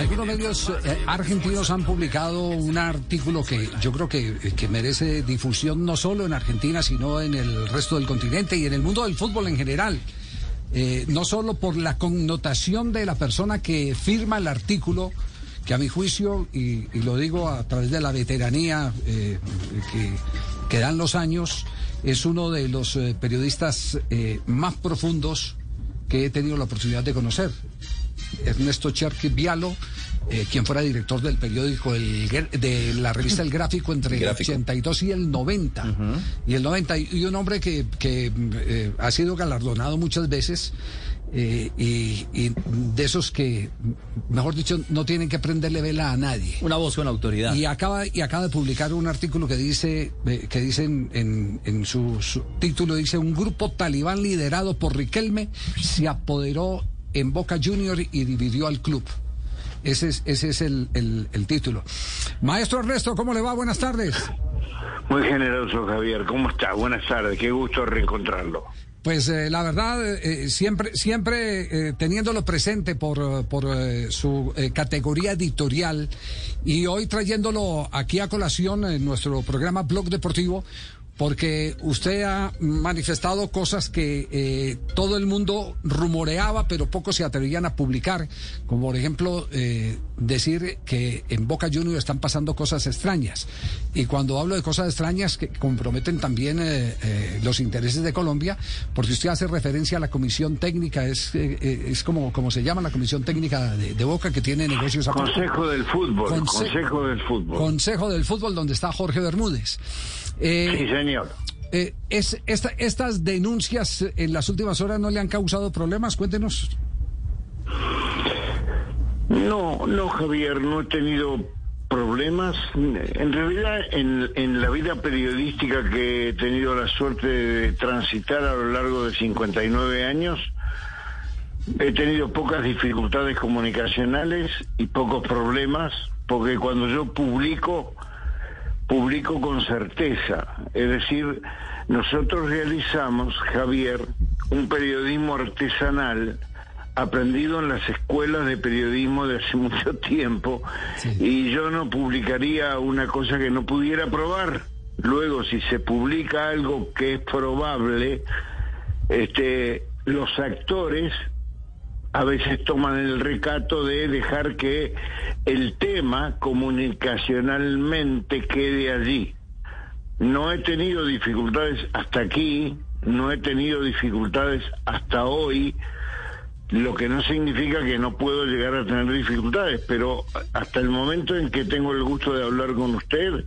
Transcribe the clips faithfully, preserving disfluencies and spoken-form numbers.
algunos medios eh, argentinos han publicado un artículo que yo creo que, que merece difusión no solo en Argentina, sino en el resto del continente y en el mundo del fútbol en general. Eh, no solo por la connotación de la persona que firma el artículo, que a mi juicio, y, y lo digo a través de la veteranía eh, que, que dan los años, es uno de los eh, periodistas eh, más profundos que he tenido la oportunidad de conocer. Ernesto Cherky Vialo, eh, quien fuera director del periódico el, de la revista El Gráfico entre el ochenta y dos y el noventa. Uh-huh. Y el noventa, y un hombre que, que eh, ha sido galardonado muchas veces, eh, y, y de esos que, mejor dicho, no tienen que prenderle vela a nadie. Una voz con autoridad. Y acaba, y acaba de publicar un artículo que dice, eh, que dice en, en, en su, su título, dice: un grupo talibán liderado por Riquelme se apoderó en Boca Juniors y dividió al club. Ese es, ese es el, el, el título. Maestro Ernesto, ¿cómo le va? Buenas tardes. Muy generoso, Javier. ¿Cómo está? Buenas tardes. Qué gusto reencontrarlo. Pues eh, la verdad, eh, siempre siempre eh, teniéndolo presente por, por eh, su eh, categoría editorial, y hoy trayéndolo aquí a colación en nuestro programa Blog Deportivo, porque usted ha manifestado cosas que eh, todo el mundo rumoreaba, pero pocos se atrevían a publicar, como por ejemplo eh, decir que en Boca Juniors están pasando cosas extrañas. Y cuando hablo de cosas extrañas, que comprometen también eh, eh, los intereses de Colombia, porque usted hace referencia a la comisión técnica, es eh, es como, como se llama la comisión técnica de, de Boca, que tiene negocios a Consejo del Fútbol, Conse Consejo del Fútbol. Consejo del Fútbol, donde está Jorge Bermúdez. Eh, sí, señor. Eh, es, esta, ¿Estas denuncias en las últimas horas no le han causado problemas? Cuéntenos. No, no, Javier, no he tenido problemas. En realidad, en, en la vida periodística que he tenido la suerte de transitar a lo largo de cincuenta y nueve años, he tenido pocas dificultades comunicacionales y pocos problemas, porque cuando yo publico... publico con certeza. Es decir, nosotros realizamos, Javier, un periodismo artesanal aprendido en las escuelas de periodismo de hace mucho tiempo, sí. Y yo no publicaría una cosa que no pudiera probar. Luego, si se publica algo que es probable, este, los actores a veces toman el recato de dejar que el tema comunicacionalmente quede allí. No he tenido dificultades hasta aquí, no he tenido dificultades hasta hoy, lo que no significa que no puedo llegar a tener dificultades, pero hasta el momento en que tengo el gusto de hablar con usted,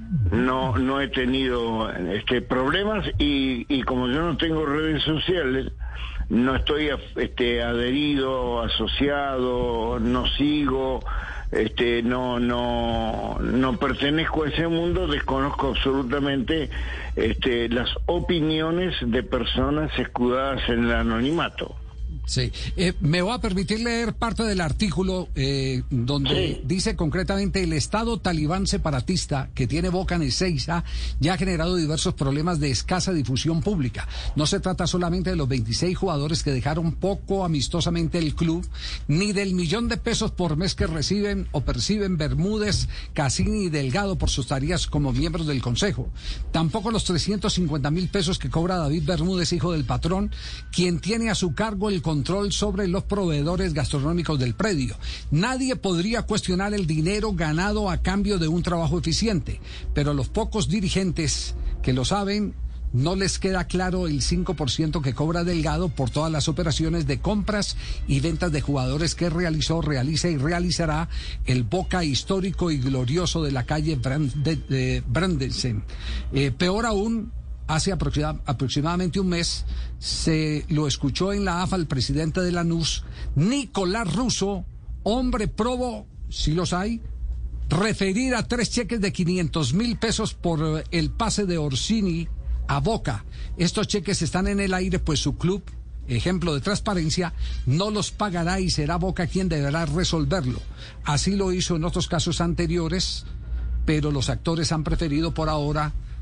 no no he tenido este problemas, y, y como yo no tengo redes sociales, no estoy este adherido, asociado, no sigo, este no no no pertenezco a ese mundo, desconozco absolutamente este las opiniones de personas escudadas en el anonimato. Sí, eh, me voy a permitir leer parte del artículo eh, donde sí. Dice concretamente: el Estado talibán separatista que tiene Boca en Ezeiza ya ha generado diversos problemas de escasa difusión pública. No se trata solamente de los veintiséis jugadores que dejaron poco amistosamente el club, ni del millón de pesos por mes que reciben o perciben Bermúdez, Cassini y Delgado por sus tareas como miembros del Consejo. Tampoco los trescientos cincuenta mil pesos que cobra David Bermúdez, hijo del patrón, quien tiene a su cargo el control sobre los proveedores gastronómicos del predio. Nadie podría cuestionar el dinero ganado a cambio de un trabajo eficiente, pero los pocos dirigentes que lo saben, no les queda claro el cinco por ciento que cobra Delgado por todas las operaciones de compras y ventas de jugadores que realizó, realiza y realizará el Boca histórico y glorioso de la calle Brand de, de Brandensen. Eh, peor aún, hace aproxima, aproximadamente un mes se lo escuchó en la A F A el presidente de Lanús, Nicolás Russo, hombre probo, si los hay, referir a tres cheques de quinientos mil pesos por el pase de Orsini a Boca. Estos cheques están en el aire, pues su club, ejemplo de transparencia, no los pagará y será Boca quien deberá resolverlo. Así lo hizo en otros casos anteriores, pero los actores han preferido por ahora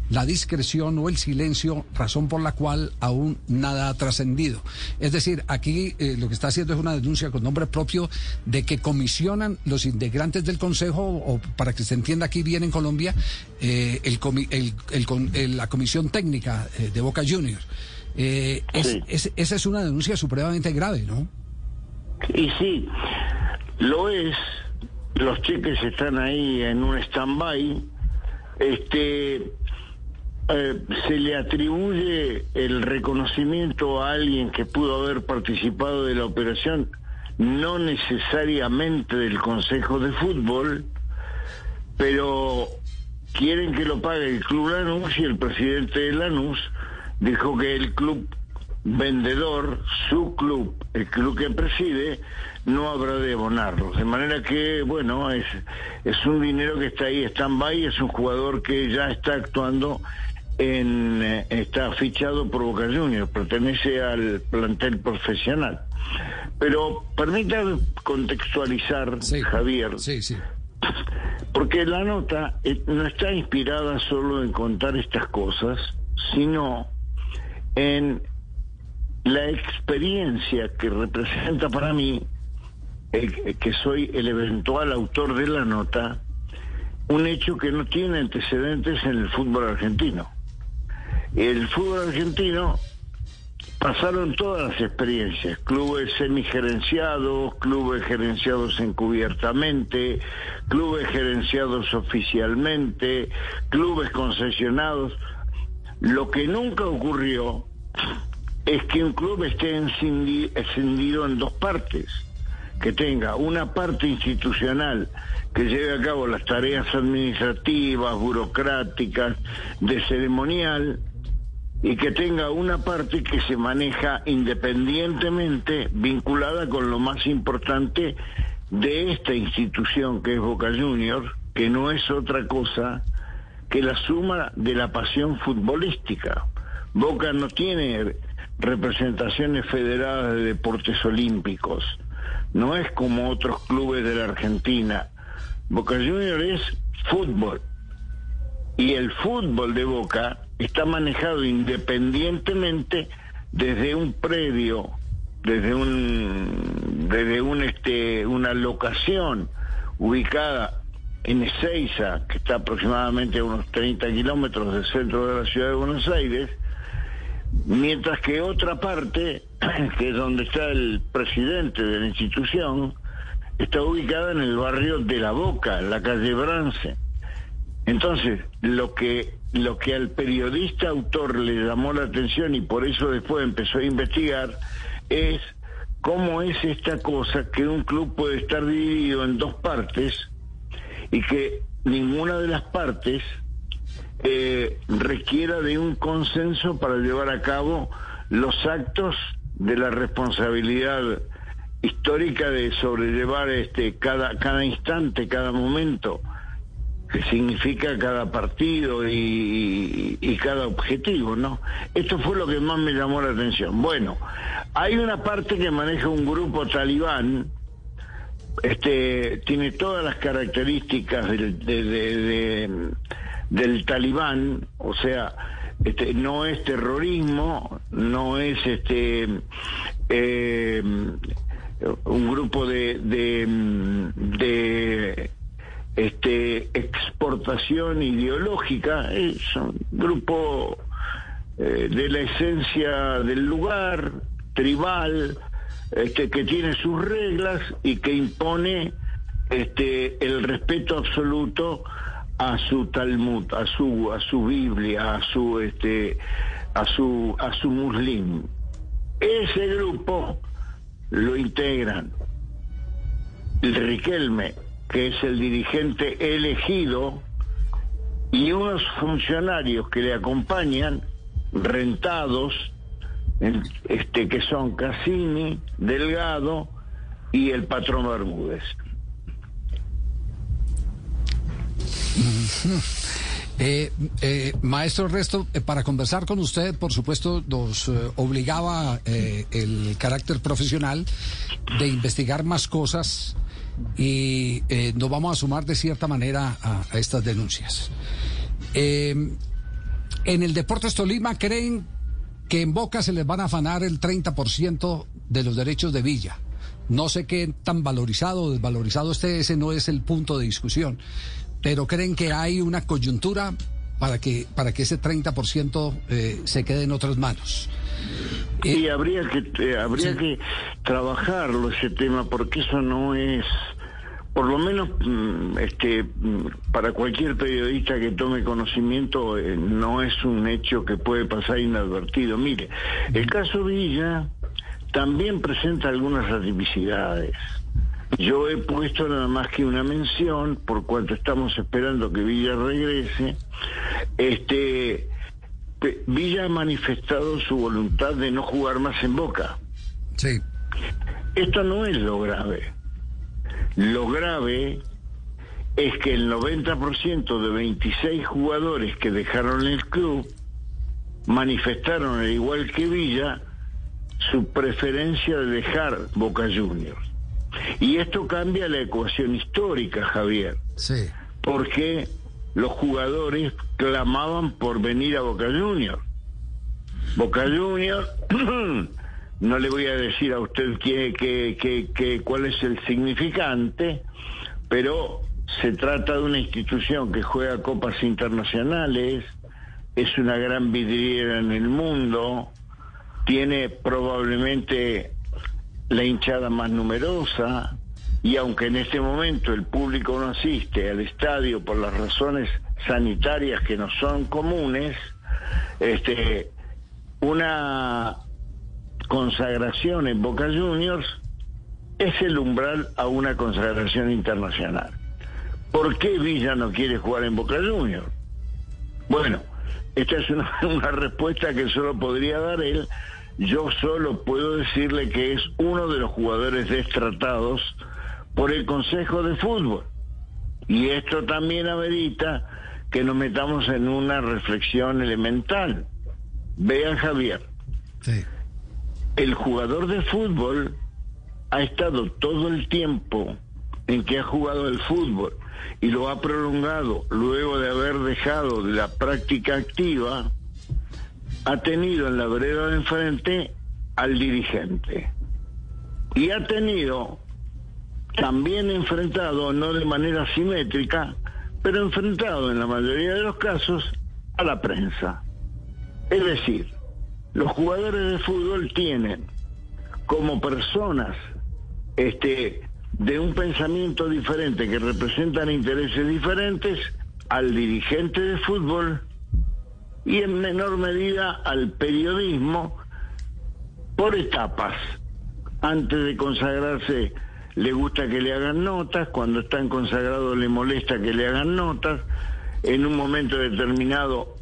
la discreción o el silencio, razón por la cual aún nada ha trascendido. Es decir, aquí eh, lo que está haciendo es una denuncia con nombre propio de que comisionan los integrantes del Consejo, o para que se entienda aquí bien en Colombia, eh, el, comi el, el, el, la comisión técnica eh, de Boca Juniors. Eh, es, sí. es, esa es una denuncia supremamente grave, ¿no? Y sí, lo es. Los cheques están ahí en un stand-by. Este, eh, se le atribuye el reconocimiento a alguien que pudo haber participado de la operación, no necesariamente del Consejo de Fútbol, pero quieren que lo pague el Club Lanús, y el presidente de Lanús dijo que el club vendedor, su club, el club que preside, no habrá de abonarlos. De manera que, bueno, es, es un dinero que está ahí, stand-by, es un jugador que ya está actuando en, eh, está fichado por Boca Juniors, pertenece al plantel profesional. Pero permítame contextualizar, sí, Javier, sí, sí. porque la nota eh, no está inspirada solo en contar estas cosas, sino en la experiencia que representa para mí, eh, que soy el eventual autor de la nota, un hecho que no tiene antecedentes en el fútbol argentino. El fútbol argentino pasaron todas las experiencias: clubes semigerenciados, clubes gerenciados encubiertamente, clubes gerenciados oficialmente, clubes concesionados. Lo que nunca ocurrió es que un club esté escindido en dos partes, que tenga una parte institucional que lleve a cabo las tareas administrativas, burocráticas, de ceremonial, y que tenga una parte que se maneja independientemente, vinculada con lo más importante de esta institución que es Boca Juniors, que no es otra cosa que la suma de la pasión futbolística. Boca no tiene representaciones federadas de deportes olímpicos, no es como otros clubes de la Argentina. Boca Juniors es fútbol, y el fútbol de Boca está manejado independientemente desde un predio, desde un desde un este una locación ubicada en Ezeiza, que está aproximadamente a unos treinta kilómetros del centro de la ciudad de Buenos Aires, mientras que otra parte, que es donde está el presidente de la institución, está ubicada en el barrio de La Boca, en la calle Brance. Entonces, lo que lo que al periodista autor le llamó la atención, y por eso después empezó a investigar, es cómo es esta cosa que un club puede estar dividido en dos partes y que ninguna de las partes eh, requiera de un consenso para llevar a cabo los actos de la responsabilidad histórica de sobrellevar este cada cada instante, cada momento, que significa cada partido y, y, y cada objetivo, ¿no? Esto fue lo que más me llamó la atención. Bueno, hay una parte que maneja un grupo talibán, este tiene todas las características del, de, de, de, del talibán, o sea, este no es terrorismo, no es este eh, un grupo de de, de este exportación ideológica, es un grupo eh, de la esencia del lugar, tribal, este que tiene sus reglas y que impone este el respeto absoluto a su Talmud, a su a su Biblia, a su este a su a su muslim. Ese grupo lo integran el Riquelme, que es el dirigente elegido, y unos funcionarios que le acompañan, rentados, este que son Cassini, Delgado y el patrón Bermúdez. Eh, eh, maestro Resto, eh, para conversar con usted, por supuesto, nos eh, obligaba eh, el carácter profesional de investigar más cosas, y eh, nos vamos a sumar de cierta manera a, a estas denuncias. Eh, En el Deportes Tolima creen que en Boca se les van a afanar el treinta por ciento de los derechos de Villa. No sé qué tan valorizado o desvalorizado esté, ese no es el punto de discusión, pero creen que hay una coyuntura para que para que ese treinta por ciento eh, se quede en otras manos. Y eh, habría que eh, habría sí. que trabajarlo ese tema, porque eso no es, por lo menos este para cualquier periodista que tome conocimiento, eh, no es un hecho que puede pasar inadvertido. Mire, el caso Villa también presenta algunas atipicidades. Yo he puesto nada más que una mención, por cuanto estamos esperando que Villa regrese. Este Villa ha manifestado su voluntad de no jugar más en Boca. Sí. Esto no es lo grave. Lo grave es que el noventa por ciento de veintiséis jugadores que dejaron el club manifestaron, al igual que Villa, su preferencia de dejar Boca Juniors. Y esto cambia la ecuación histórica, Javier. Sí. Porque los jugadores clamaban por venir a Boca Juniors. Boca Juniors, no le voy a decir a usted qué, qué, qué, qué, cuál es el significante, pero se trata de una institución que juega copas internacionales, es una gran vidriera en el mundo, tiene probablemente la hinchada más numerosa, y aunque en este momento el público no asiste al estadio por las razones sanitarias que no son comunes, este, una consagración en Boca Juniors es el umbral a una consagración internacional. ¿Por qué Villa no quiere jugar en Boca Juniors? Bueno, esta es una, una respuesta que solo podría dar él. Yo solo puedo decirle que es uno de los jugadores destratados por el Consejo de Fútbol. Y esto también amerita que nos metamos en una reflexión elemental. Vean, Javier. Sí. El jugador de fútbol ha estado todo el tiempo en que ha jugado el fútbol y lo ha prolongado luego de haber dejado de la práctica activa, ha tenido en la vereda de enfrente al dirigente y ha tenido también enfrentado, no de manera simétrica, pero enfrentado en la mayoría de los casos a la prensa. Es decir, los jugadores de fútbol tienen como personas este de un pensamiento diferente, que representan intereses diferentes, al dirigente de fútbol y en menor medida al periodismo, por etapas. Antes de consagrarse le gusta que le hagan notas, cuando están consagrados le molesta que le hagan notas, en un momento determinado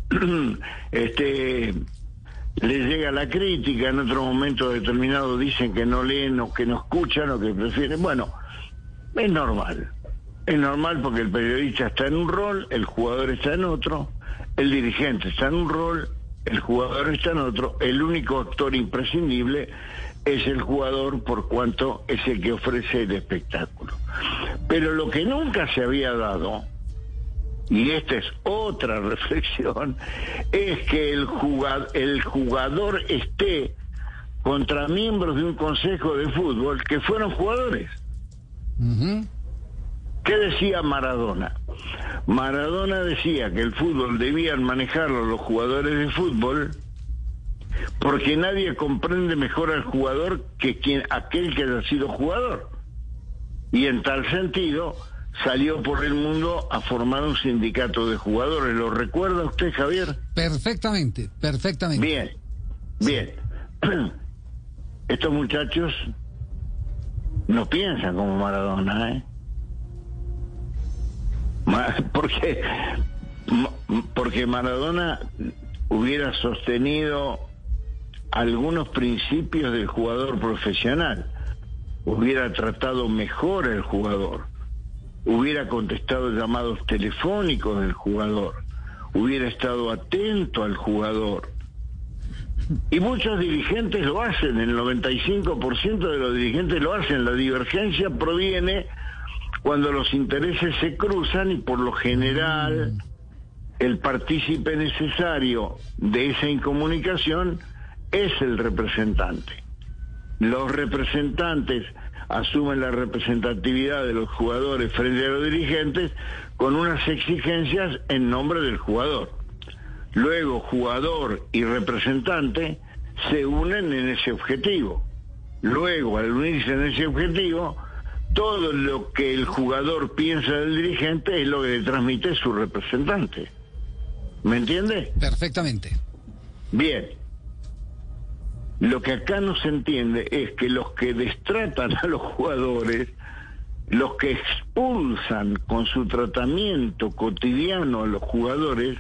este le llega la crítica, en otro momento determinado dicen que no leen o que no escuchan o que prefieren. Bueno, es normal, es normal porque el periodista está en un rol, el jugador está en otro, el dirigente está en un rol, el jugador está en otro, el único actor imprescindible es el jugador por cuanto es el que ofrece el espectáculo. Pero lo que nunca se había dado, y esta es otra reflexión, es que el jugador, el jugador esté contra miembros de un consejo de fútbol que fueron jugadores. Uh-huh. ¿Qué decía Maradona? Maradona decía que el fútbol debían manejarlo los jugadores de fútbol porque nadie comprende mejor al jugador que quien, aquel que haya sido jugador. Y en tal sentido salió por el mundo a formar un sindicato de jugadores. ¿Lo recuerda usted, Javier? Perfectamente, perfectamente. Bien, bien. Estos muchachos no piensan como Maradona, ¿eh? Porque, porque Maradona hubiera sostenido algunos principios del jugador profesional, hubiera tratado mejor al jugador, hubiera contestado llamados telefónicos del jugador, hubiera estado atento al jugador. Y muchos dirigentes lo hacen, el noventa y cinco por ciento de los dirigentes lo hacen. La divergencia proviene cuando los intereses se cruzan y por lo general el partícipe necesario de esa incomunicación es el representante. Los representantes asumen la representatividad de los jugadores frente a los dirigentes con unas exigencias en nombre del jugador. Luego, jugador y representante se unen en ese objetivo. Luego, al unirse en ese objetivo, todo lo que el jugador piensa del dirigente es lo que le transmite su representante. ¿Me entiende? Perfectamente. Bien. Lo que acá no se entiende es que los que destratan a los jugadores, los que expulsan con su tratamiento cotidiano a los jugadores,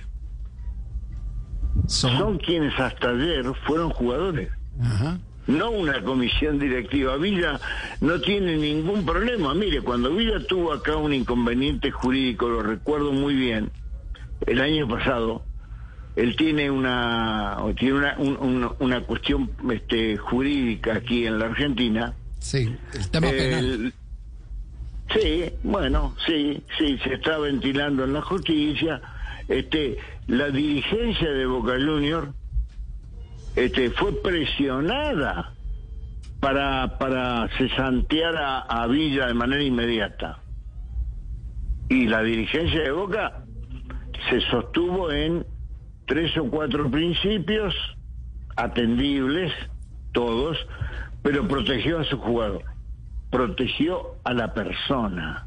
son, son quienes hasta ayer fueron jugadores. Ajá. No una comisión directiva. Villa no tiene ningún problema. Mire, cuando Villa tuvo acá un inconveniente jurídico, lo recuerdo muy bien, el año pasado, él tiene una tiene una, un, un, una cuestión este, jurídica aquí en la Argentina. Sí, el tema el, penal. Sí, bueno, sí, sí, se está ventilando en la justicia. Este, la dirigencia de Boca Juniors este, fue presionada para, para cesantear a, a Villa de manera inmediata. Y la dirigencia de Boca se sostuvo en tres o cuatro principios atendibles, todos, pero protegió a su jugador, protegió a la persona.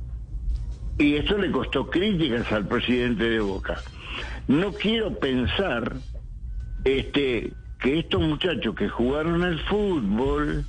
Y esto le costó críticas al presidente de Boca. No quiero pensar este que estos muchachos que jugaron al fútbol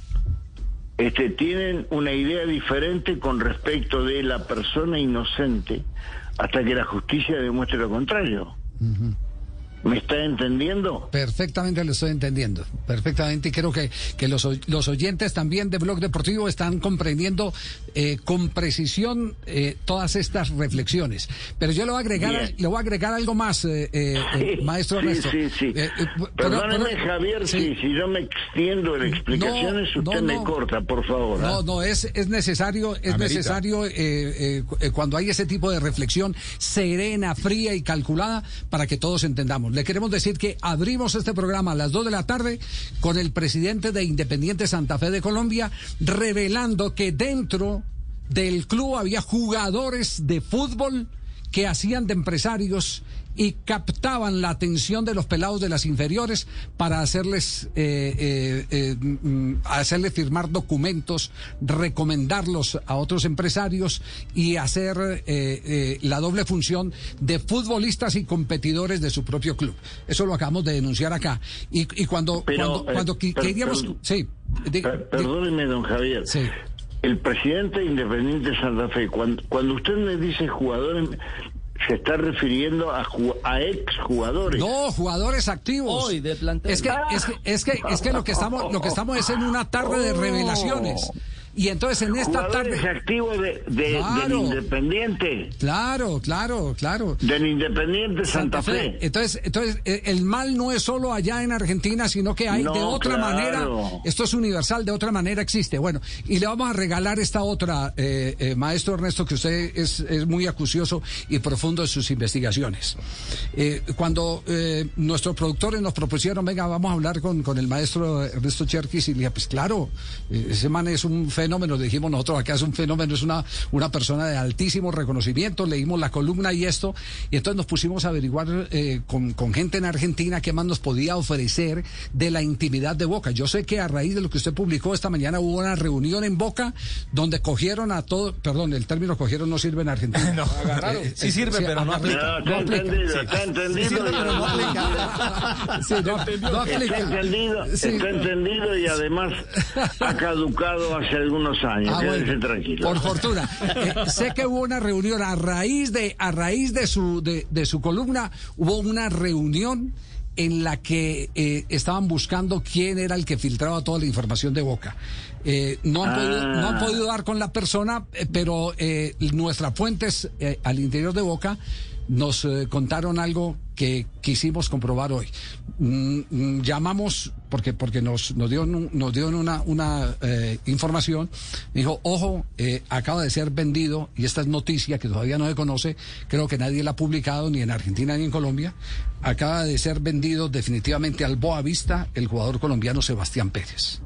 este tienen una idea diferente con respecto de la persona inocente hasta que la justicia demuestre lo contrario. Uh-huh. ¿Me está entendiendo? Perfectamente lo estoy entendiendo, perfectamente, y creo que, que los, los oyentes también de Blog Deportivo están comprendiendo eh, con precisión eh, todas estas reflexiones. Pero yo le voy a agregar, le voy a agregar algo más, eh, eh, eh, maestro sí, Ernesto. Sí, sí, eh, eh, Perdóneme, pero, Javier, sí. si, si yo me extiendo en explicaciones, no, usted no, me no. corta, por favor. No, ¿eh? no, es, es necesario, es Amerita. necesario eh, eh, cuando hay ese tipo de reflexión serena, fría y calculada para que todos entendamos. Le queremos decir que abrimos este programa a las dos de la tarde con el presidente de Independiente Santa Fe de Colombia revelando que dentro del club había jugadores de fútbol que hacían de empresarios y captaban la atención de los pelados de las inferiores para hacerles eh, eh, eh, hacerles firmar documentos, recomendarlos a otros empresarios y hacer eh, eh, la doble función de futbolistas y competidores de su propio club. Eso lo acabamos de denunciar acá. Y, y cuando Pero, cuando, eh, cuando per, queríamos... Per, sí, di, per, perdóneme, don Javier. Sí. El presidente de Independiente Santa Fe, cuando, cuando usted me dice jugadores, se está refiriendo a, a exjugadores. No, jugadores activos. Hoy de plantel. Es que, ah. es que, es que, es que lo que estamos, lo que estamos es en una tarde de revelaciones. Y entonces en esta jugadores tarde activos de, de claro, del Independiente. Claro, claro, claro. Del Independiente Santa, Santa Fe. Fe. Entonces, entonces el mal no es solo allá en Argentina, sino que hay no, de otra claro. manera. Esto es universal, de otra manera existe. Bueno, y le vamos a regalar esta otra, eh, eh, maestro Ernesto, que usted es, es muy acucioso y profundo en sus investigaciones. Eh, cuando eh, nuestros productores nos propusieron, venga, vamos a hablar con, con el maestro Ernesto Cherkis, y le dije, pues claro, eh, ese man es un fenómeno, dijimos nosotros acá, es un fenómeno, es una, una persona de altísimo reconocimiento, leímos la columna y esto, y entonces nos pusimos a averiguar eh, con, con gente en Argentina qué más nos podía ofrecer de la intimidad de Boca. Yo sé que a raíz de lo que usted publicó esta mañana hubo una reunión en Boca donde cogieron a todo, perdón, el término cogieron no sirve en Argentina. No, agarraron. Eh, sí sirve, sí, pero no aplica. No, está entendido, está entendido. Sí, pero no aplica. Sí, no, no aplica. Está entendido, sí. Está entendido y además ha caducado hace algunos años. Ah, bueno, tranquilo. Por fortuna. Eh, sé que hubo una reunión a raíz de a raíz de su de, de su columna, hubo una reunión en la que eh, estaban buscando quién era el que filtraba toda la información de Boca. Eh, no, han ah. podido, no han podido dar con la persona, eh, pero eh, nuestras fuentes eh, al interior de Boca nos eh, contaron algo que que quisimos comprobar hoy. Mm, llamamos porque porque nos nos dio nos dio una una eh, información. Dijo, ojo, eh, acaba de ser vendido, y esta es noticia que todavía no se conoce, creo que nadie la ha publicado ni en Argentina ni en Colombia. Acaba de ser vendido definitivamente al Boavista el jugador colombiano Sebastián Pérez.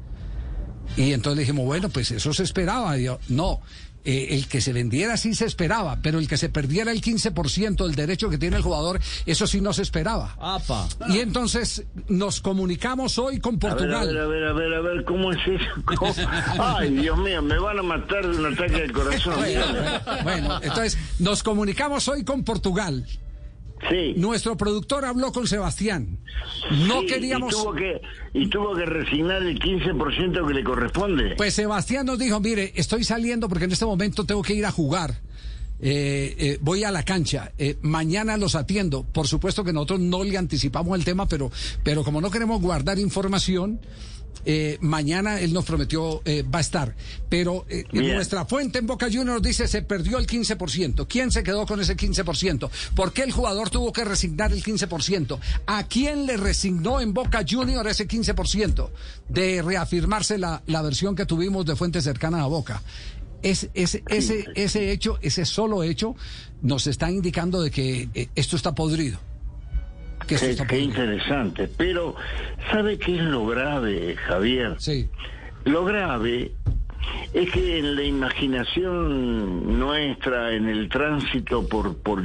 Y entonces le dijimos, bueno, pues eso se esperaba. Y yo, no, eh, el que se vendiera sí se esperaba, pero el que se perdiera el quince por ciento del derecho que tiene el jugador, eso sí no se esperaba. Apa. Y entonces nos comunicamos hoy con Portugal. A ver, a ver, a ver, a ver, ¿cómo es eso? ¿Cómo? Ay, Dios mío, me van a matar de un ataque al corazón. Bueno, bueno, entonces nos comunicamos hoy con Portugal. Sí. Nuestro productor habló con Sebastián. No Sí, queríamos... Y tuvo, que, y tuvo que resignar el quince por ciento que le corresponde. Pues Sebastián nos dijo, mire, estoy saliendo porque en este momento tengo que ir a jugar. Eh, eh, voy a la cancha, eh, mañana los atiendo. Por supuesto que nosotros no le anticipamos el tema, pero, pero como no queremos guardar información, eh, mañana él nos prometió eh, va a estar. Pero eh, nuestra fuente en Boca Juniors dice se perdió el quince por ciento. ¿Quién se quedó con ese quince por ciento? ¿Por qué el jugador tuvo que resignar el quince por ciento? ¿A quién le resignó en Boca Juniors ese quince por ciento? De reafirmarse la, la versión que tuvimos de fuentes cercanas a Boca. Es, es, ese, ese hecho, ese solo hecho, nos está indicando de que eh, esto está podrido. Que esto Qué, está qué podrido. interesante. Pero, ¿sabe qué es lo grave, Javier? Sí. Lo grave es que en la imaginación nuestra, en el tránsito por por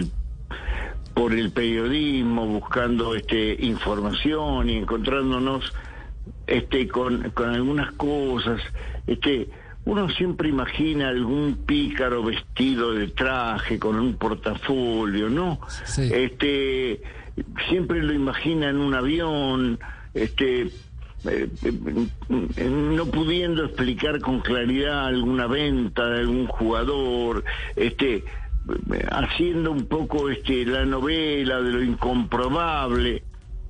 por el periodismo, buscando este información y encontrándonos este con, con algunas cosas, este uno siempre imagina algún pícaro vestido de traje con un portafolio, ¿no? Sí. Este siempre lo imagina en un avión, este Eh, eh, no pudiendo explicar con claridad alguna venta de algún jugador, este haciendo un poco este la novela de lo incomprobable.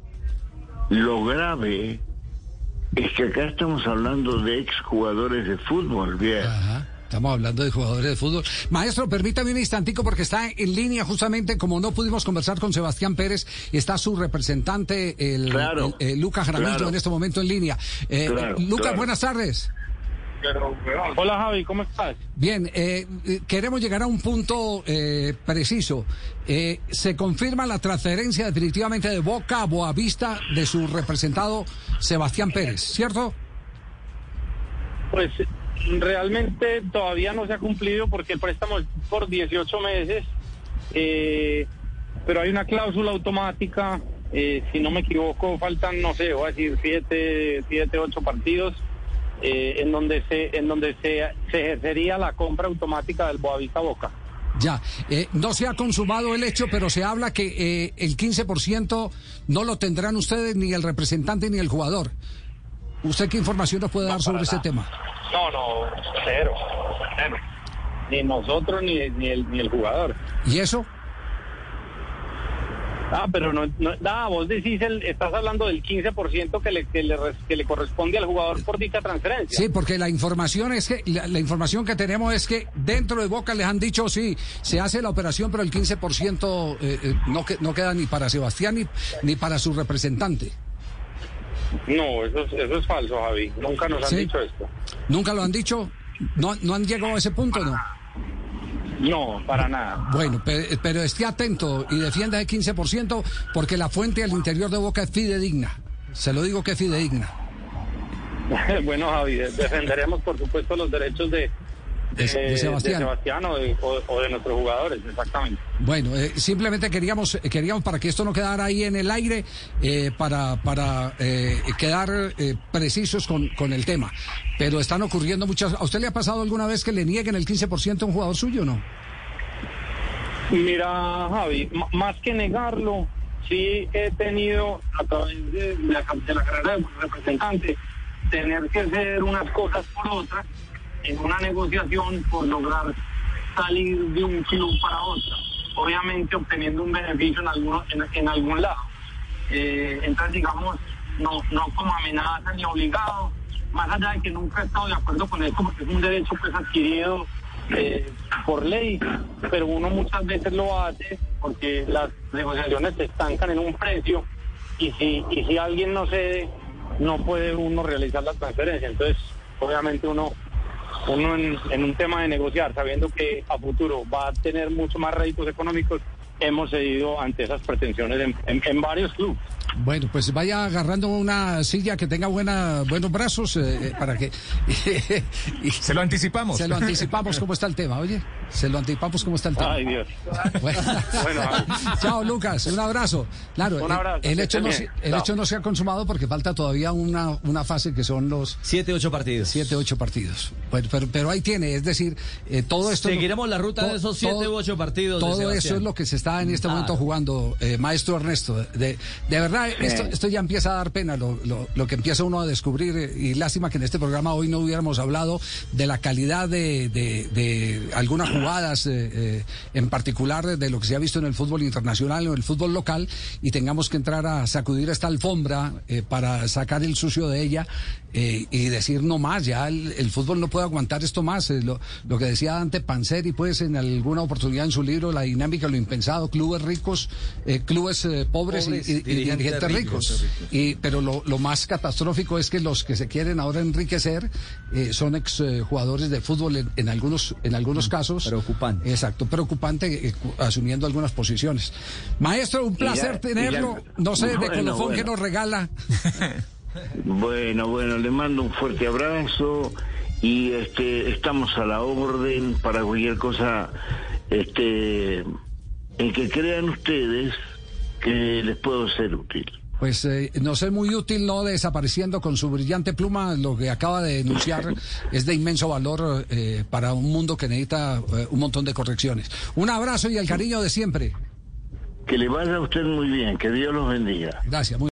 Lo grave es que acá estamos hablando de exjugadores de fútbol, bien. Ajá. Estamos hablando de jugadores de fútbol. Maestro, permítame un instantico porque está en línea justamente, como no pudimos conversar con Sebastián Pérez, está su representante, el, Claro, el, el Lucas Jaramillo, claro. en este momento en línea. Eh, Claro, Lucas, claro. buenas tardes. Hola Javi, ¿cómo estás? Bien, eh, queremos llegar a un punto eh, preciso. Eh, ¿Se confirma la transferencia definitivamente de Boca a Boavista de su representado Sebastián Pérez, cierto? Pues realmente todavía no se ha cumplido porque el préstamo es por dieciocho meses, eh, pero hay una cláusula automática, eh, si no me equivoco, faltan, no sé, voy a decir siete, siete, ocho partidos, eh, en donde se en donde se, se ejercería la compra automática del Boavista Boca. Ya, eh, no se ha consumado el hecho, pero se habla que eh, el quince por ciento no lo tendrán ustedes, ni el representante ni el jugador. ¿Usted qué información nos puede No, dar sobre para ese nada. tema? No, no, cero, cero. Ni nosotros ni, ni, el, ni el jugador. ¿Y eso? Ah, pero no, no ah, vos decís, el, estás hablando del quince por ciento que le, que, le, que le corresponde al jugador por dicha transferencia. Sí, porque la información es que, la, la información que tenemos es que dentro de Boca les han dicho, sí, se hace la operación, pero el quince por ciento eh, eh, no, que, no queda ni para Sebastián ni, ni para su representante. No, eso es, eso es falso, Javi. Nunca nos han ¿Sí? dicho esto. ¿Nunca lo han dicho? ¿No, no han llegado a ese punto, no? No, para nada. Bueno, pero, pero esté atento y defienda el quince por ciento porque la fuente al interior de Boca es fidedigna. Se lo digo que es fidedigna. Bueno, Javi, defenderemos, por supuesto, los derechos de, De, de, de Sebastián. de Sebastián o de, o, o de nuestros jugadores, exactamente. Bueno, eh, simplemente queríamos queríamos para que esto no quedara ahí en el aire, eh, para para eh, quedar eh, precisos con, con el tema. Pero están ocurriendo muchas... ¿A usted le ha pasado alguna vez que le nieguen el quince por ciento a un jugador suyo o no? Mira, Javi, m- más que negarlo, sí he tenido, a través de la, de la carrera de representante, tener que hacer unas cosas por otras en una negociación por lograr salir de un club para otro, obviamente obteniendo un beneficio en algún, en, en algún lado. Eh, entonces, digamos, no, no como amenaza ni obligado, más allá de que nunca he estado de acuerdo con esto, porque es un derecho pues adquirido eh, por ley, pero uno muchas veces lo hace porque las negociaciones se estancan en un precio y si, y si alguien no cede, no puede uno realizar la transferencia. Entonces, obviamente uno, uno en, en un tema de negociar, sabiendo que a futuro va a tener mucho más réditos económicos, hemos cedido ante esas pretensiones en, en, en varios clubes. Bueno, pues vaya agarrando una silla que tenga buena, buenos brazos eh, para que... y, se lo anticipamos. Se lo anticipamos cómo está el tema, oye. Se lo anticipamos cómo está el tema. Ay, Dios. Bueno. bueno Chao, Lucas. Un abrazo. Claro, un abrazo. El, el, hecho, no, el hecho no se ha consumado porque falta todavía una, una fase que son los... Siete, ocho partidos. Siete, ocho partidos. Bueno, pero, pero ahí tiene, es decir, eh, todo esto... Seguiremos no, la ruta to, de esos siete u ocho partidos. Todo eso es lo que se está en este claro. momento jugando, eh, maestro Ernesto. De, de verdad, esto, esto ya empieza a dar pena, lo, lo, lo que empieza uno a descubrir, eh, y lástima que en este programa hoy no hubiéramos hablado de la calidad de, de, de algunas jugadas, eh, eh, en particular de lo que se ha visto en el fútbol internacional o en el fútbol local, y tengamos que entrar a sacudir esta alfombra eh, para sacar el sucio de ella eh, y decir no más, ya el, el fútbol no puede aguantar esto más. Eh, lo, lo que decía Dante Panzeri, pues en alguna oportunidad en su libro La dinámica de lo impensado, clubes ricos, eh, clubes eh, pobres, pobres y, y, y dirigentes ricos. ricos. Y, pero lo, lo más catastrófico es que los que se quieren ahora enriquecer eh, son ex eh, jugadores de fútbol en, en algunos en algunos casos. Preocupante. Exacto, preocupante, eh, asumiendo algunas posiciones. Maestro, un placer ya, tenerlo. Ya, no sé, bueno, de colofón bueno. que nos regala. Bueno, bueno, le mando un fuerte abrazo y este estamos a la orden para cualquier cosa este en que crean ustedes que les puedo ser útil. Pues eh, no ser muy útil, no desapareciendo con su brillante pluma. Lo que acaba de denunciar es de inmenso valor eh, para un mundo que necesita eh, un montón de correcciones. Un abrazo y el cariño de siempre. Que le vaya a usted muy bien, que Dios los bendiga. Gracias. Muy